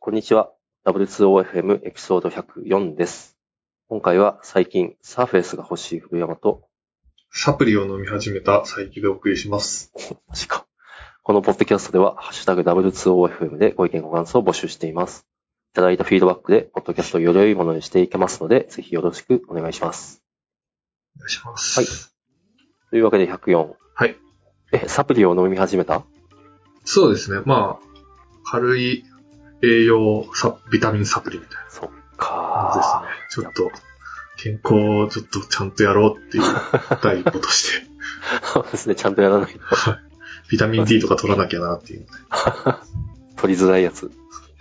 こんにちは。W2OFM エピソード104です。今回は最近サーフェイスが欲しい古山とサプリを飲み始めた佐伯でお送りします。 マジか。このポッドキャストではハッシュタグ W2OFM でご意見ご感想を募集しています。いただいたフィードバックでポッドキャストをより良いものにしていけますので、ぜひよろしくお願いします。 お願いします。 はい。というわけで104。 はい。 サプリを飲み始めた？ そうですね。まあ、軽い栄養ビタミンサプリみたいな。 そっかですね。ちょっと、健康をちょっとちゃんとやろうっていう第一歩として。 そうですね、ちゃんとやらないと。 はい。ビタミン D とか取らなきゃなっていう。 取りづらいやつ。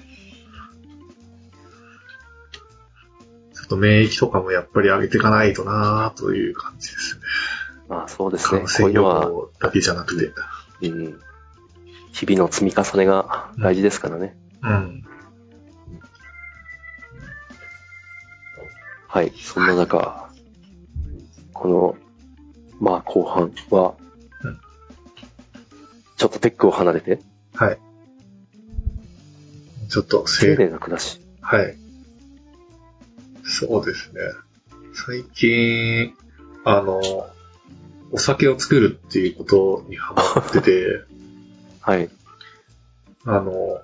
ちょっと免疫とかもやっぱり上げていかないとなという感じですね。 まあそうですね。 感染予防だけじゃなくて。 日々の積み重ねが大事ですからね。 うん。 はい。そんな中、この、まあ後半は、ちょっとテックを離れて。 はい。ちょっと丁寧な暮らし。 はい。そうですね。最近、お酒を作るっていうことにハマってて、 はい。 も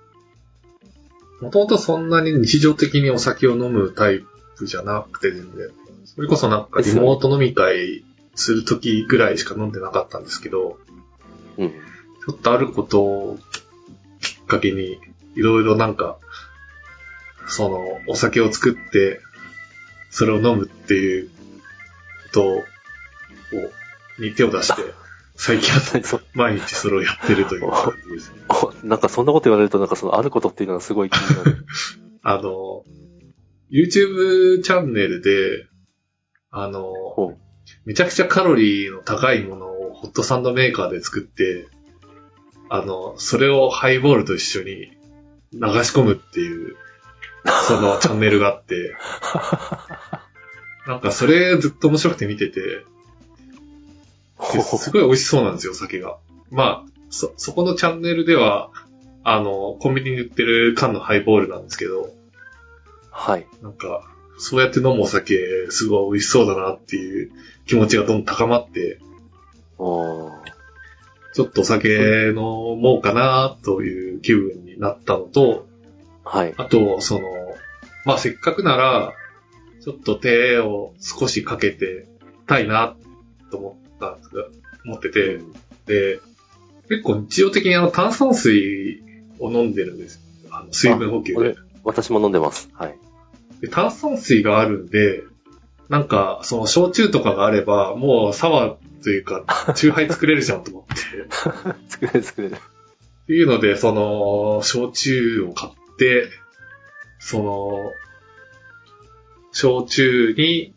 ともとそんなに日常的にお酒を飲むタイプじゃなくて全然、それこそなんかリモート飲み会するときぐらいしか飲んでなかったんですけど、 うん、 ちょっとあることをきっかけに、いろいろなんか、お酒を作って、それを飲むっていうことに手を出して、最近は毎日それをやってるという感じですね。 なんかそんなこと言われると、なんかそのあることっていうのがすごい気になる。 YouTube チャンネルで、めちゃくちゃカロリーの高いものをホットサンドメーカーで作って、それをハイボールと一緒に流し込むっていう、そのチャンネルがあって、なんかそれずっと面白くて見てて、すごい美味しそうなんですよ、お酒が。まあ、そこのチャンネルでは、コンビニに売ってる缶のハイボールなんですけど、 はい。 なんか、そうやって飲むお酒、すごい美味しそうだなっていう気持ちがどんどん高まって、ちょっとお酒飲もうかなという気分になったのと、 はい。 あと、まあ、せっかくなら、ちょっと手を少しかけてたいなと思ってて、で、結構日常的に炭酸水を飲んでるんです。水分補給で。 私も飲んでます。はい。 で炭酸水があるんで、なんか、焼酎とかがあれば、もうサワーというか、酎ハイ作れるじゃんと思って。 作れる。 っていうので、焼酎を買って、焼酎に、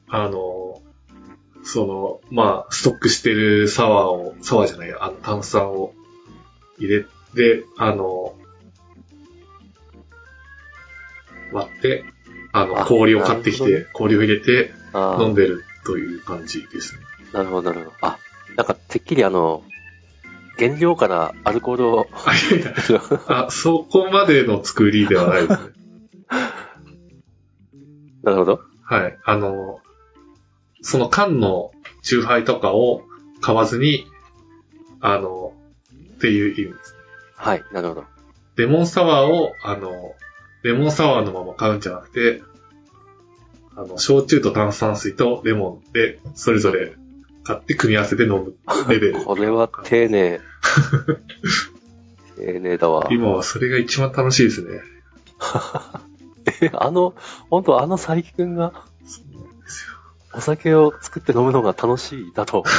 まあ、ストックしてるサワーじゃない、炭酸を入れて、割って、氷を買ってきて、氷を入れて、飲んでるという感じですね。 なるほど。なんか、てっきり原料からアルコールを。 そこまでの作りではないですね。 なるほど。 はい。その缶の酎ハイとかを買わずに、っていう意味です。 はい、なるほど。 レモンサワーを、レモンサワーのまま買うんじゃなくて、焼酎と炭酸水とレモンで、それぞれ買って組み合わせて飲むレベル。 これは丁寧。丁寧だわ。 今はそれが一番楽しいですね。 本当佐伯くんが、 そうなんですよ。 お酒を作って飲むのが楽しいだと。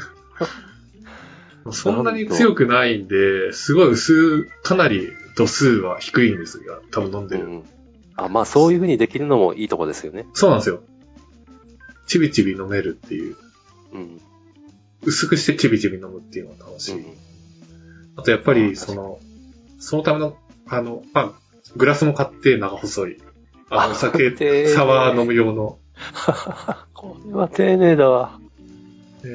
そんなに強くないんで、すごいかなり度数は低いんですが、多分飲んでる。 まあそういう風にできるのもいいとこですよね。 そうなんですよ。ちびちび飲めるっていう。薄くしてちびちび飲むっていうのが楽しい。あとやっぱり、そのための、グラスも買って長細い。お酒、サワー飲む用の。 これは丁寧だわ。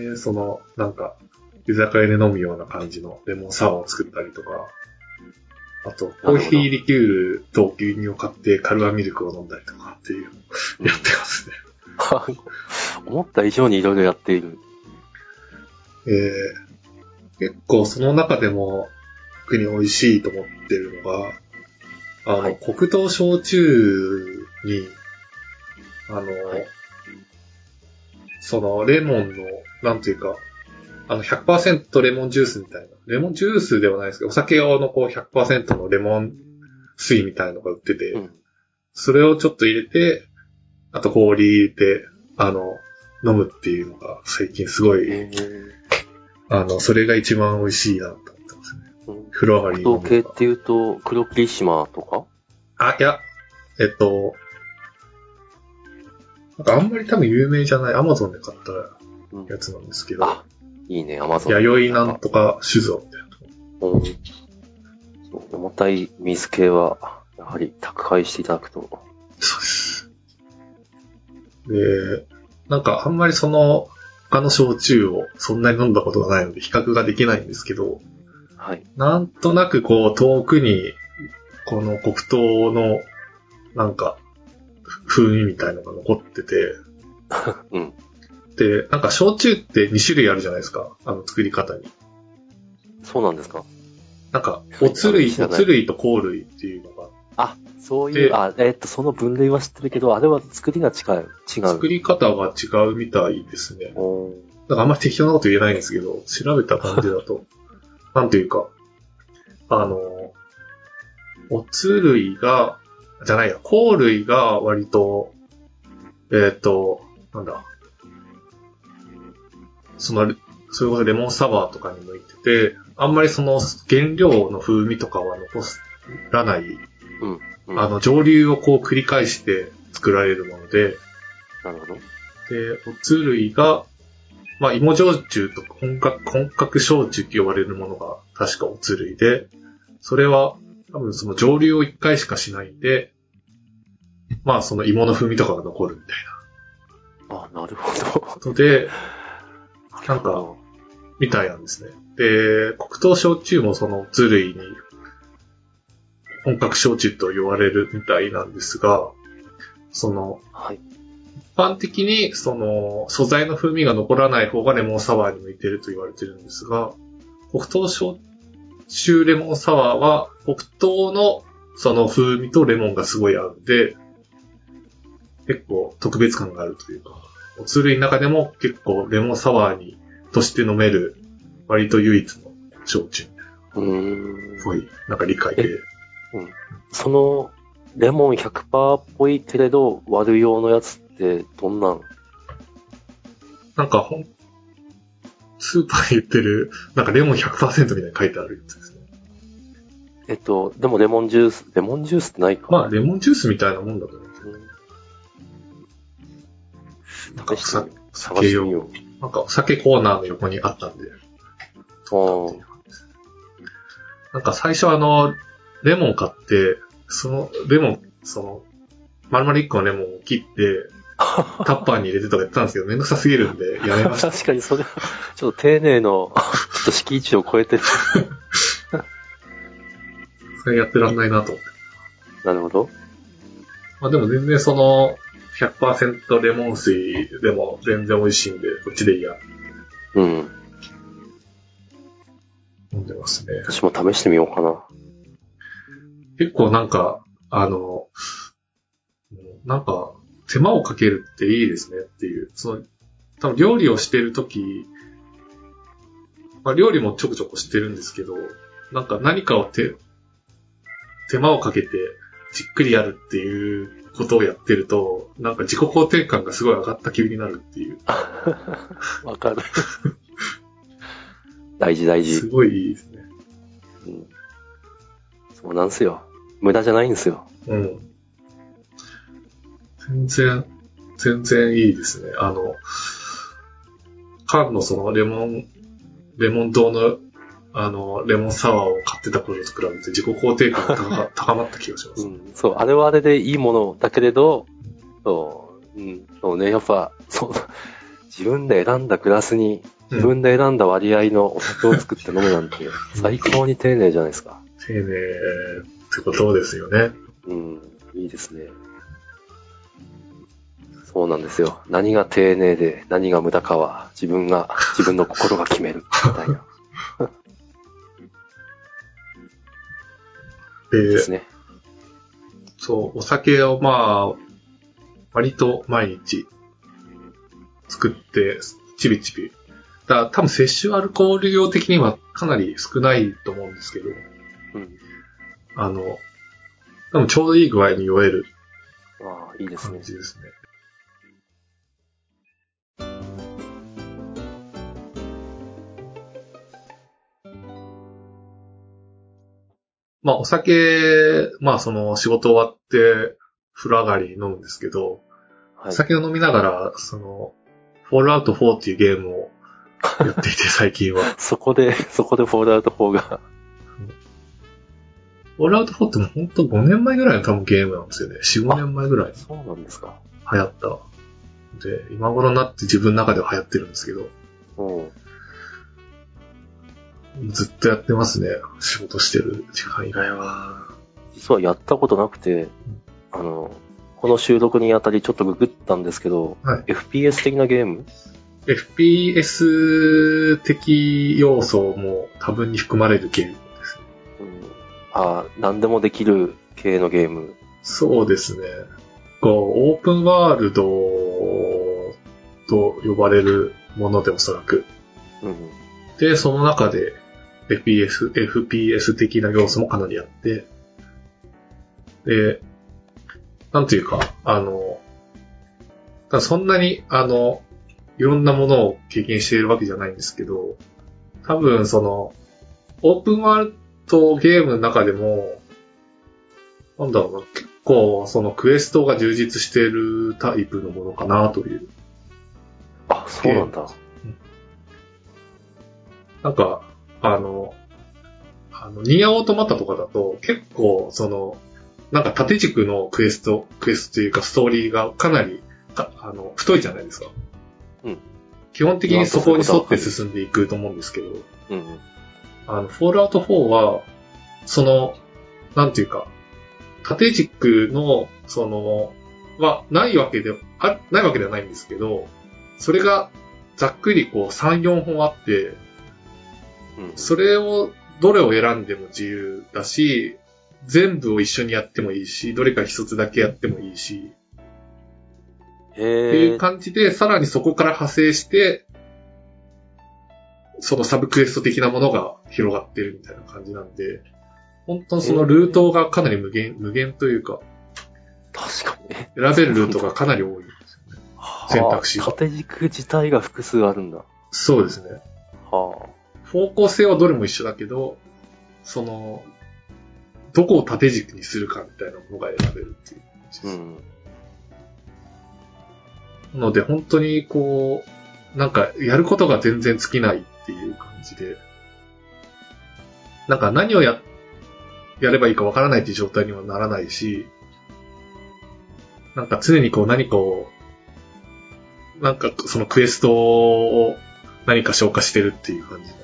なんか、居酒屋で飲むような感じのレモンサワーを作ったりとか。 あと、コーヒーリキュールと牛乳を買ってカルアミルクを飲んだりとかっていうのをやってますね。 思った以上にいろいろやっている。 結構その中でも特に美味しいと思ってるのが、はい、黒糖焼酎に、はい、そのレモンの、なんていうか、100% レモンジュースみたいな。レモンジュースではないですけど、お酒用のこう 100% のレモン水みたいなのが売ってて、それをちょっと入れて、あと氷入れて、飲むっていうのが最近すごい、それが一番美味しいなと思ってますね。風呂上がりに飲む。 黒糖系っていうと、黒霧島とか？ いや、なんかあんまり多分有名じゃない、アマゾンで買ったやつなんですけど。 いいね、アマゾン。 弥生なんとか酒造みたいな。重たい水系は、やはり宅配していただくと。 そうです。で、なんかあんまり他の焼酎をそんなに飲んだことがないので比較ができないんですけど、 はい。 なんとなくこう遠くに、この黒糖の、なんか、風味みたいのが残ってて、 うん。 で、なんか焼酎って2種類あるじゃないですか、作り方に。 そうなんですか？ なんか、おつ類と香類っていうのが。 そういう、その分類は知ってるけど、あれは作りが違う。 作り方が違うみたいですね。だからあんまり適当なこと言えないんですけど、調べた感じだと、なんていうか、おつ類が、じゃないや、香類が割と、なんだ、それこそレモンサワーとかに向いてて、あんまりその原料の風味とかは残らない、蒸留をこう繰り返して作られるもので、 なるほど。で、 おつ類が、芋焼酎とか本格焼酎って呼ばれるものが確かおつ類で、それは多分その蒸留を一回しかしないんで、その芋の風味とかが残るみたいな。なるほど。で、なんか、みたいなんですね。で、黒糖焼酎もそのおつ類に本格焼酎と言われるみたいなんですが、 はい、 一般的に素材の風味が残らない方がレモンサワーに向いていると言われているんですが、黒糖焼酎レモンサワーは黒糖のその風味とレモンがすごい合うんで、結構特別感があるというか、おつ類の中でも結構レモンサワーとして飲める割と唯一の焼酎みたいな。ぽい、なんか理解で。 そのレモン 100% っぽいけれど割る用のやつってどんなん？ なんかスーパーに売ってる、なんかレモン 100% みたいに書いてあるやつですね。 でもレモンジュースってないか？ レモンジュースみたいなもんだと思うんですよ。なんか酒用。なんかお酒コーナーの横にあったんで。なんか最初レモン買って、丸々1個のレモンを切って、タッパーに入れてとかやってたんですけど、めんどくさすぎるんで、やめました。 確かにそれは、ちょっと丁寧の、ちょっと敷地を超えてる。 それやってらんないなと思って。 なるほど。 でも全然100% レモン水でも全然美味しいんで、こっちでいいや。飲んでますね。 私も試してみようかな。 結構なんか、なんか、手間をかけるっていいですねっていう。多分料理をしてるとき、料理もちょくちょくしてるんですけど、なんか何かを手間をかけてじっくりやるっていうことをやってると、なんか自己肯定感がすごい上がった気になるっていう。 わかる。大事。 すごいいいですね。 そうなんすよ。無駄じゃないんですよ。 全然いいですね。缶のレモン糖のレモンサワーを買ってた頃と比べて自己肯定感が高まった気がします。 そう、あれはあれでいいものだけれど、そうね、やっぱ、自分で選んだグラスに、自分で選んだ割合のお酒を作って飲むなんて、最高に丁寧じゃないですか。 丁寧ってことですよね。 うん、いいですね。そうなんですよ。何が丁寧で何が無駄かは自分の心が決めるみたいな。ですね。 そう、お酒をまあ、割と毎日作って、ちびちび。多分摂取アルコール量的にはかなり少ないと思うんですけど、 うん、 多分ちょうどいい具合に酔えるいいですね。 感じですね。まあお酒、まあその仕事終わって風呂上がりに飲むんですけど、はい、お酒を飲みながら、フォールアウト4っていうゲームをやっていて最近は。 そこでフォールアウト4が。 フォールアウト4ってもうほんと5年前ぐらいの多分ゲームなんですよね。4、5年前ぐらい。 そうなんですか。 流行った。で、今頃になって自分の中では流行ってるんですけど。ずっとやってますね。仕事してる時間以外は。 実はやったことなくて、この収録にあたりちょっとググったんですけど、はい、FPS 的なゲーム？ FPS 的要素も多分に含まれるゲームですね。 何でもできる系のゲーム。 そうですね。オープンワールドと呼ばれるものでおそらく。で、その中でFPS 的な要素もかなりあって、で、なんていうか、そんなに、いろんなものを経験しているわけじゃないんですけど、多分オープンワールドゲームの中でも、なんだろうな、結構クエストが充実しているタイプのものかなという。 そうなんだ。 なんか、ニアオートマタとかだと結構なんか縦軸のクエストというかストーリーがかなり太いじゃないですか。うん。基本的にそこに沿って進んでいくと思うんですけど、フォールアウト4は、なんていうか、縦軸の、はないわけではないんですけど、それがざっくり3、4本あって、それをどれを選んでも自由だし、全部を一緒にやってもいいし、どれか一つだけやってもいいし、っていう感じで、さらにそこから派生して、そのサブクエスト的なものが広がってるみたいな感じなんで、本当にそのルートがかなり無限というか、 確かに。選べるルートがかなり多いんですよね。選択肢が。 縦軸自体が複数あるんだ。 そうですね。方向性はどれも一緒だけど、どこを縦軸にするかみたいなものが選べるっていう感じです。なので本当になんかやることが全然尽きないっていう感じで、なんか何をやればいいかわからないっていう状態にはならないし、なんか常に何かを、なんかそのクエストを何か消化してるっていう感じの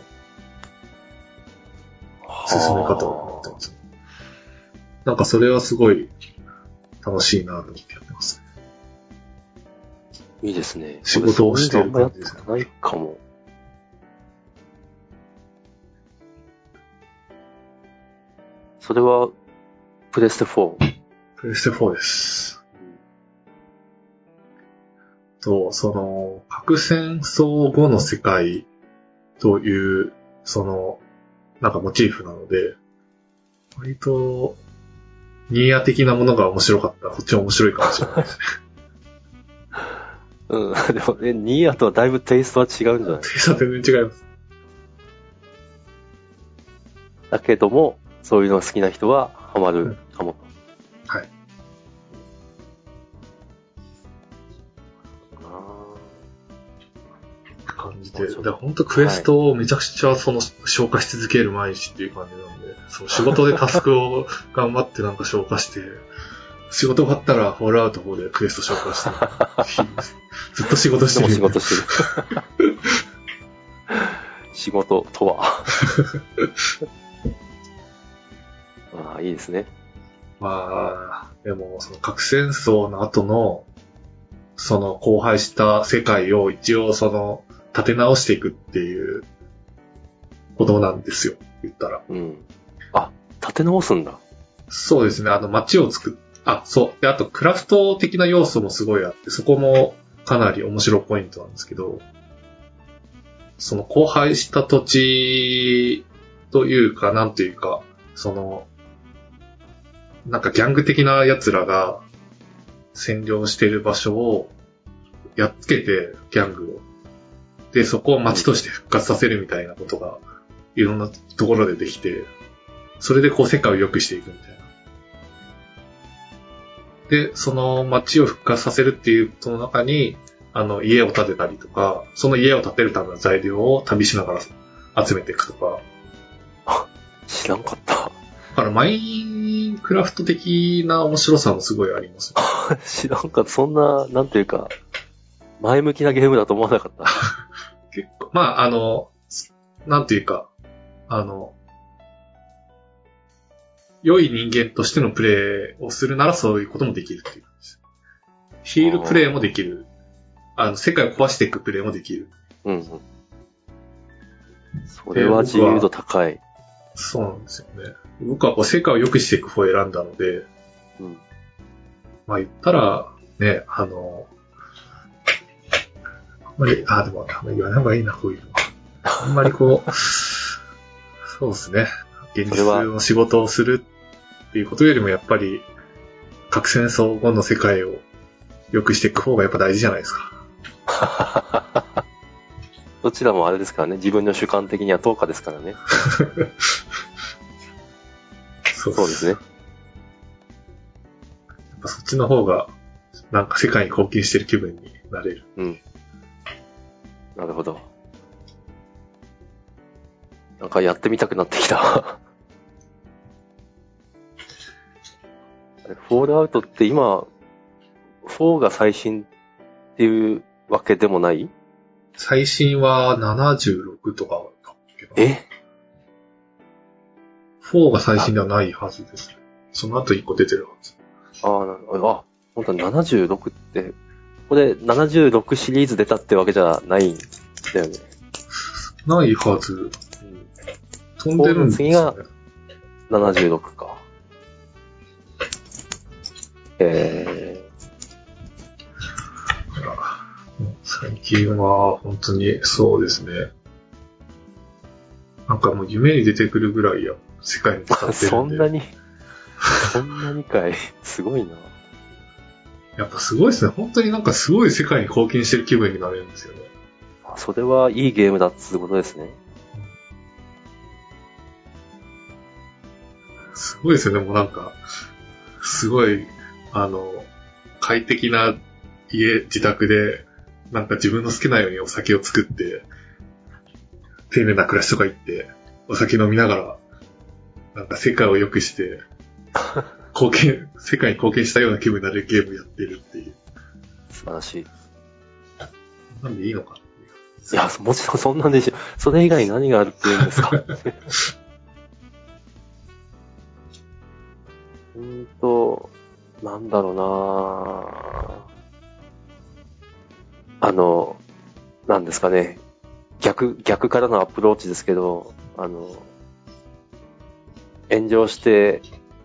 進め方を持ってます。なんかそれはすごい楽しいなと思ってやってますね。 いいですね。 仕事をしてる感じですね。 ないかも。それは、プレステ4？ プレステ4です。核戦争後の世界という、なんかモチーフなので、割と、ニーヤ的なものが面白かったら、こっちも面白いかもしれないですね。 でもね、ニーヤとはだいぶテイストは違うんじゃない？ テイストは全然違います。 だけども、そういうのが好きな人はハマるかも。 はい。感じで、本当クエストをめちゃくちゃ消化し続ける毎日っていう感じなんで、仕事でタスクを頑張ってなんか消化して、仕事終わったらフォールアウト4でクエスト消化して、ずっと仕事してる。 仕事してる。仕事とは。 ああ、いいですね。 まあ、でも、その核戦争の後の、その荒廃した世界を一応立て直していくっていうことなんですよ、言ったら。 うん。あ、立て直すんだ。 そうですね、街を作っ、そう。で、あと、クラフト的な要素もすごいあって、そこもかなり面白いポイントなんですけど、その荒廃した土地というか、なんというか、なんかギャング的な奴らが占領している場所をやっつけて、ギャングを。で、そこを街として復活させるみたいなことが、いろんなところでできて、それでこう世界を良くしていくみたいな。で、その街を復活させるっていうことの中に、家を建てたりとか、その家を建てるための材料を旅しながら集めていくとか。 知らんかった。 だからマインクラフト的な面白さもすごいありますよ。 知らんかった。そんな、なんていうか、前向きなゲームだと思わなかった。 結構、まあ、なんていうか、良い人間としてのプレイをするならそういうこともできるっていう感じです。ヒールプレイもできる。世界を壊していくプレイもできる。 うんうん。それは自由度高い。 そうなんですよね。僕はこう世界を良くしていく方を選んだので、うん、まあ言ったら、ね、あんまり、でも、あんまり言わない方がいいな、こういうのは。あんまりこう、そうですね。現実の仕事をするっていうことよりもやっぱり、核戦争後の世界を良くしていく方がやっぱ大事じゃないですか。 どちらもあれですからね、自分の主観的には10日ですからね。そうですね。やっぱそっちの方が、なんか世界に貢献してる気分になれる。 うん。なるほど。なんかやってみたくなってきた。フォールアウトって今、4が最新っていうわけでもない？ 最新は76とかだっけな。4が最新ではないはずですね。その後1個出てるはず。 本当に76って、これ76シリーズ出たってわけじゃないんだよね。 ないはず。飛んでるんですよね。 次が76か。 最近は本当にそうですね。なんかもう夢に出てくるぐらい世界に使ってるんで。 そんなにかい。すごいな。 やっぱすごいですね。本当になんかすごい世界に貢献してる気分になれるんですよね。 それはいいゲームだってことですね。 すごいですよね。もうなんか、すごい、快適な自宅で、なんか自分の好きなようにお酒を作って、丁寧な暮らしとか行って、お酒飲みながら、なんか世界を良くして、世界に貢献したような気分になれるゲームやってるっていう。 素晴らしい。 なんでいいのか。 いや、もちろんそんなんでしょ。それ以外に何があるって言うんですか。なんだろうななんですかね。逆からのアプローチですけど、炎上して、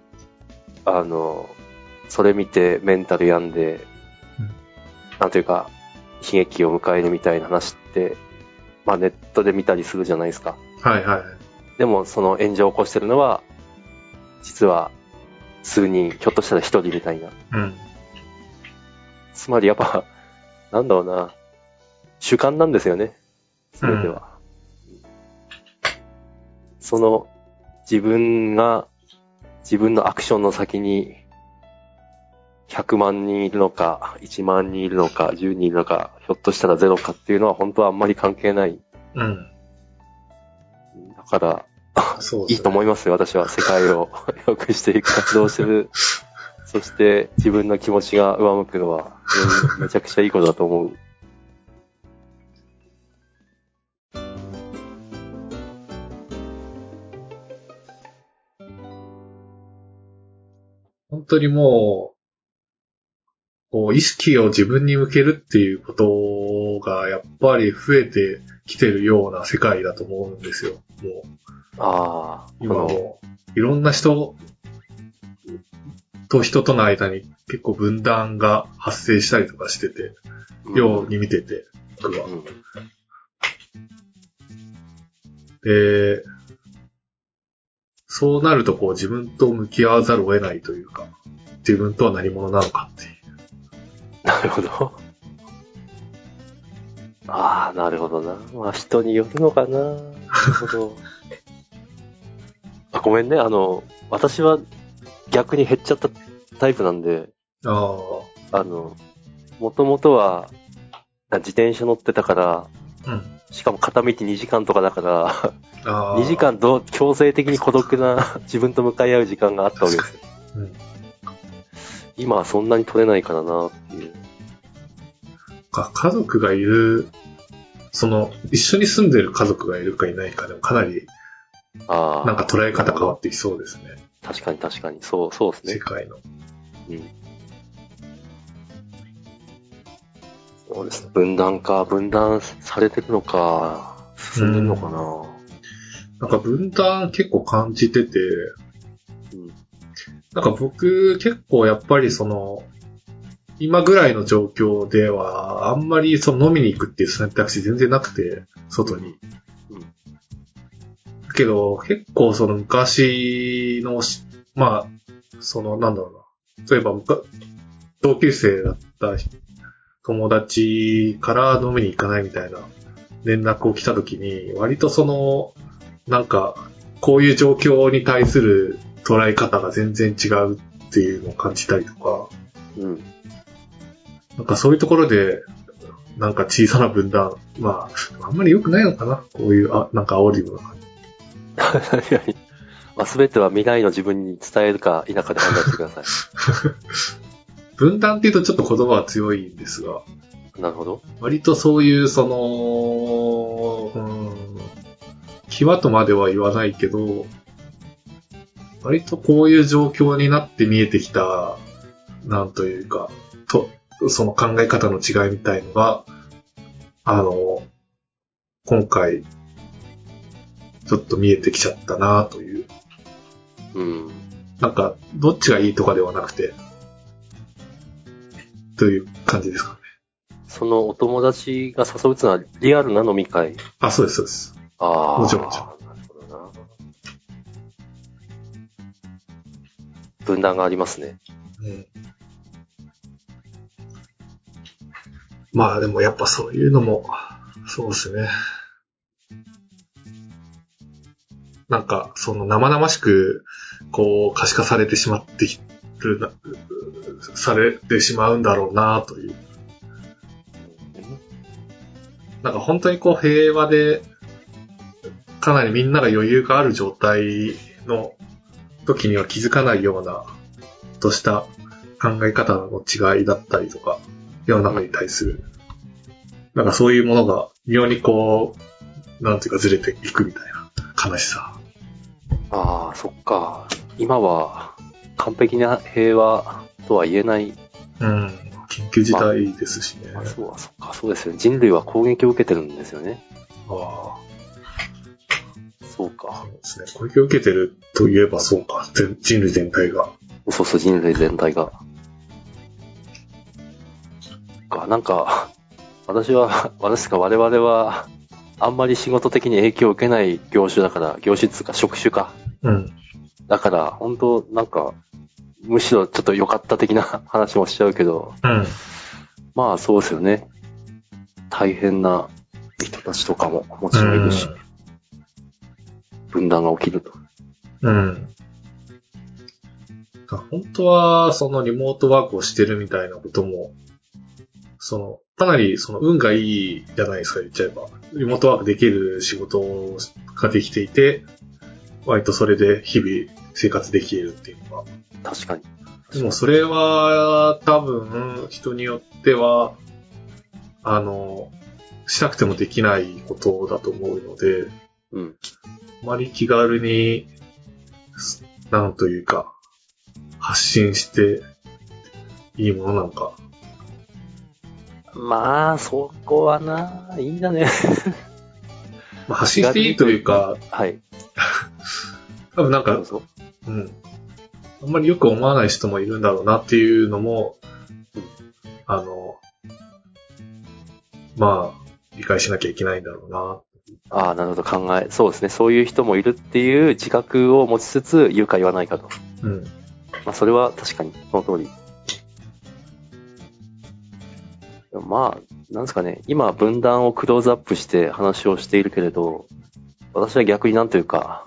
それ見てメンタル病んで、なんというか、悲劇を迎えるみたいな話って、まあネットで見たりするじゃないですか。 はいはい。 でもその炎上を起こしてるのは、実は数人、ひょっとしたら一人みたいな。 うん。 つまりやっぱ、なんだろうな、主観なんですよね。すべては。その、自分のアクションの先に、100万人いるのか、1万人いるのか、10人いるのか、ひょっとしたらゼロかっていうのは本当はあんまり関係ない。 うん。 だから、そうですね、いいと思いますよ、私は。世界を良くしていく活動をする。そして自分の気持ちが上向くのは、めちゃくちゃいいことだと思う。 本当にもう、こう意識を自分に向けるっていうことがやっぱり増えてきてるような世界だと思うんですよ。もう今もいろんな人と人との間に結構分断が発生したりとかしてて、ように見てて、僕は。で、そうなるとこう自分と向き合わざるを得ないというか、自分とは何者なのかっていう。 なるほど。ああ、なるほどな。まあ人によるのかな。なるほど。ごめんね、私は逆に減っちゃったタイプなんで、もともとは自転車乗ってたから、しかも片道2時間とかだから、2時間強制的に孤独な自分と向かい合う時間があったわけですよ。今はそんなに取れないからなっていう。 家族がいる、一緒に住んでる家族がいるかいないかでもかなり、なんか捉え方変わってきそうですね。 確かに。そうですね。 世界の。 そうですね。分断されてるのか、進んでるのかな。 なんか分断結構感じてて、なんか僕結構やっぱり今ぐらいの状況では、あんまり飲みに行くっていう選択肢全然なくて、外に。だけど、結構昔の、まあ、なんだろうな。例えば、同級生だった友達から飲みに行かないみたいな連絡を来た時に、割となんか、こういう状況に対する捉え方が全然違うっていうのを感じたりとか、なんかそういうところで、なんか小さな分断、まあ、あんまり良くないのかな、こういう、なんか煽るような感じ。まあ、全ては未来の自分に伝えるか否かで判断してください。 分断って言うとちょっと言葉は強いんですが、 なるほど。 割とそういう、際とまでは言わないけど、割とこういう状況になって見えてきた、なんというか、その考え方の違いみたいのが、今回、ちょっと見えてきちゃったなという。なんか、どっちがいいとかではなくて、という感じですかね。 そのお友達が誘うってのはリアルな飲み会？ そうです、そうです。もちろん。なるほどな。 分断がありますね。 まあでもやっぱそういうのも、そうですね。なんか、生々しく、こう、可視化されてしまってされてしまうんだろうなという。なんか本当にこう平和で、かなりみんなが余裕がある状態の時には気づかないような、とした考え方の違いだったりとか、世の中に対する、なんかそういうものが妙にこう、なんていうかずれていくみたいな悲しさ。 そっか。今は完璧な平和とは言えない。 緊急事態ですしね。 そうですよね。人類は攻撃を受けてるんですよね。そうか。 そうですね。攻撃を受けてるといえばそうか。人類全体が。 そう、人類全体が。なんか、我々は、あんまり仕事的に影響を受けない業種だから、業種っていうか職種か。だから、本当なんか、むしろちょっと良かった的な話もしちゃうけど、まあそうですよね。大変な人たちとかももちろんいるし、分断が起きると。 本当は、リモートワークをしてるみたいなことも、かなり運がいいじゃないですか、言っちゃえば。リモートワークできる仕事ができていて、割とそれで日々生活できるっていうのが。 確かに。 でもそれは多分人によっては、したくてもできないことだと思うので、あまり気軽に、なんというか、 発信していいものなのか。 まあ、そこはな、いいんだね。 まあ、発信していいというか、 はい。 多分なんか、うん。あんまりよく思わない人もいるんだろうなっていうのも、まあ、理解しなきゃいけないんだろうな。 ああ、なるほど、そうですね。そういう人もいるっていう自覚を持ちつつ、言うか言わないかと。 うん。 まあ、それは確かに、その通り。まあ、なんですかね。今、分断をクローズアップして話をしているけれど、私は逆になんというか、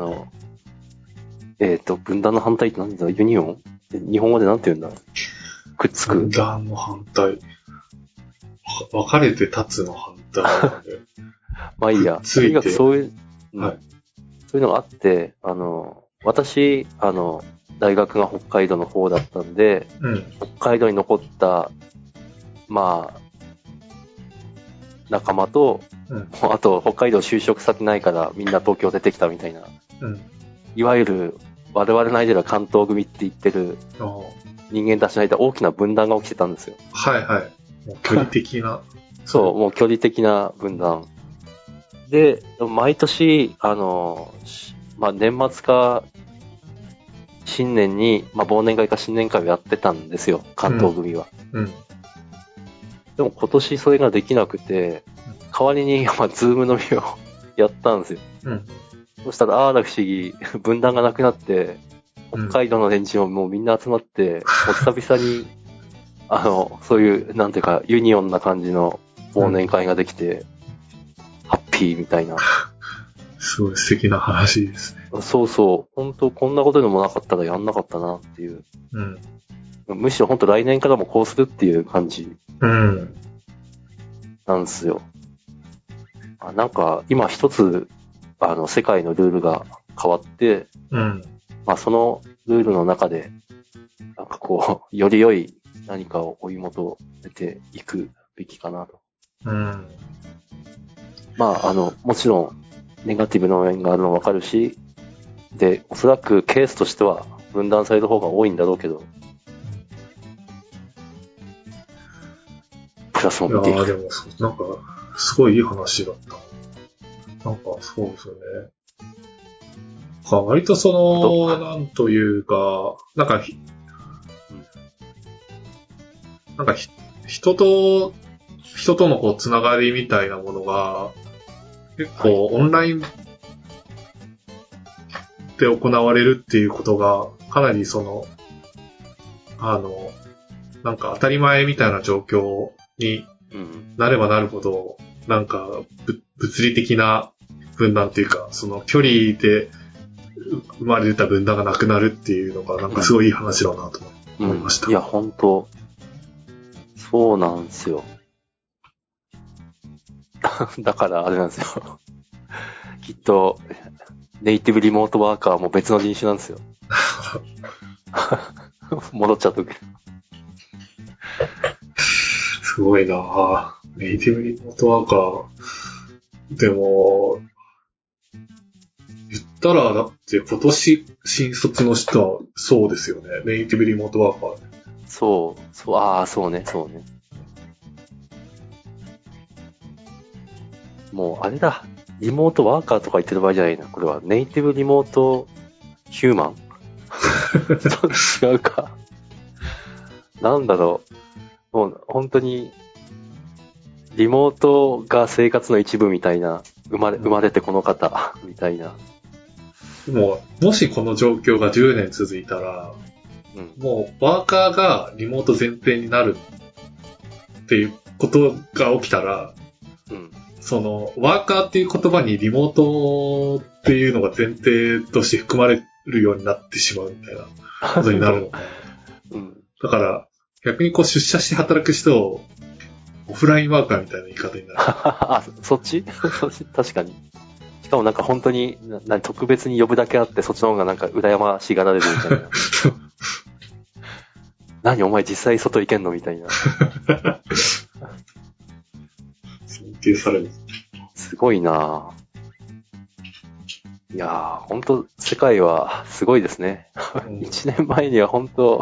分断の反対って何だ？ユニオン？日本語でなんて言うんだ？くっつく？ 分断の反対。分かれて立つの反対なんで。 まあいいや。とにかくそういう、はい、そういうのがあって、私、大学が北海道の方だったんで、 うん、 北海道に残った、まあ、仲間と、 うん、 あと、北海道就職先ないからみんな東京出てきたみたいな。 うん、 いわゆる、我々の間では関東組って言ってる人間たちの間大きな分断が起きてたんですよ。 はいはい。もう距離的な。 そう、もう距離的な分断。で、毎年、まあ、年末か、新年に、まあ、忘年会か新年会をやってたんですよ、関東組は。 うん。 でも今年それができなくて、代わりに、まあ、ズーム飲みをやったんですよ。 うん。 そしたら、あら不思議、分断がなくなって、北海道の連中ももうみんな集まって、もう久々に、そういう、なんていうか、ユニオンな感じの忘年会ができて、ハッピーみたいな。 すごい素敵な話ですね。 そうそう。本当こんなことでもなかったらやんなかったなっていう。 うん。 むしろ本当来年からもこうするっていう感じ。 うん。 なんですよ。なんか、今一つ、世界のルールが変わって、 うん。 まあそのルールの中で、なんかこう、より良い何かを追い求めていくべきかなと。 うん。 まあもちろん、ネガティブな面があるのわかるし、で、おそらくケースとしては分断される方が多いんだろうけど、プラスも見ていく。 いやでも、なんか、すごいいい話だった。なんか、そうですよね。割となんというか、なんか、人とのこう、つながりみたいなものが、結構、オンラインで行われるっていうことが、かなりなんか当たり前みたいな状況になればなるほど、なんか、物理的な分断っていうか、その距離で生まれた分断がなくなるっていうのが、なんかすごいいい話だなと思いました。 いや、本当そうなんですよ。だからあれなんですよ。きっと、ネイティブリモートワーカーも別の人種なんですよ。戻っちゃったけど。 すごいなぁ。ネイティブリモートワーカー。でも、言ったら、だって今年新卒の人はそうですよね。ネイティブリモートワーカー。 そう、そうね。もう、あれだ。リモートワーカーとか言ってる場合じゃないな。これはネイティブリモートヒューマン違うか。なんだろう。もう、本当に、リモートが生活の一部みたいな。生まれてこの方、みたいな。 もしこの状況が10年続いたら、もうワーカーがリモート前提になるっていうことが起きたら、ワーカーっていう言葉にリモートっていうのが前提として含まれるようになってしまうみたいなことになるのかな。だから、逆にこう出社して働く人をオフラインワーカーみたいな言い方になる。 あ、そっち確かに。しかもなんか本当に特別に呼ぶだけあってそっちの方がなんか羨ましがられるみたいな。何お前実際外行けんのみたいな。 尊敬される。 すごいなぁ。いいやー、ほんと、世界はすごいですね。1年前にはほんと、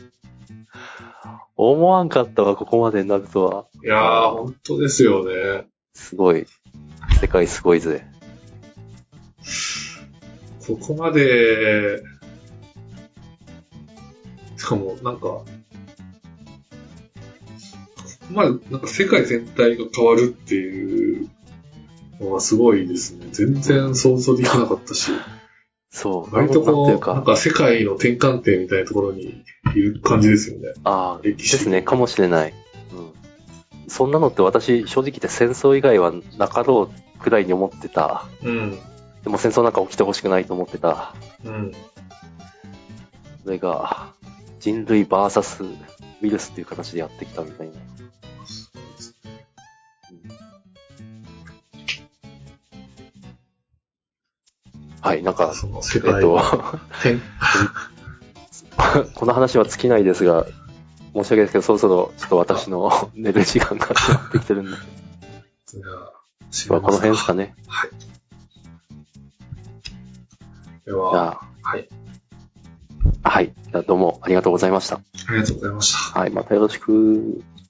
思わんかったわ、ここまでになるとは。 いやー、ほんとですよね。 すごい。世界すごいぜ。 ここまで、しかもなんか、ここまでなんか世界全体が変わるっていうのはすごいですね。全然想像できなかったし。 そう。 割とこう、なんか世界の転換点みたいなところにいる感じですよね。 ああ、ですね、かもしれない。うん。そんなのって私、正直言って戦争以外はなかろうくらいに思ってた。 うん。 でも戦争なんか起きてほしくないと思ってた。 うん。 それが、人類バーサスウイルスっていう形でやってきたみたいな。はい、なんか、 その世界この話は尽きないですが、申し訳ないですけど、そろそろちょっと私の寝る時間が迫ってきてるんで。 じゃあ、 この辺ですかね。 はい。では、はい。 はい。どうもありがとうございました。 ありがとうございました。 はい、またよろしく。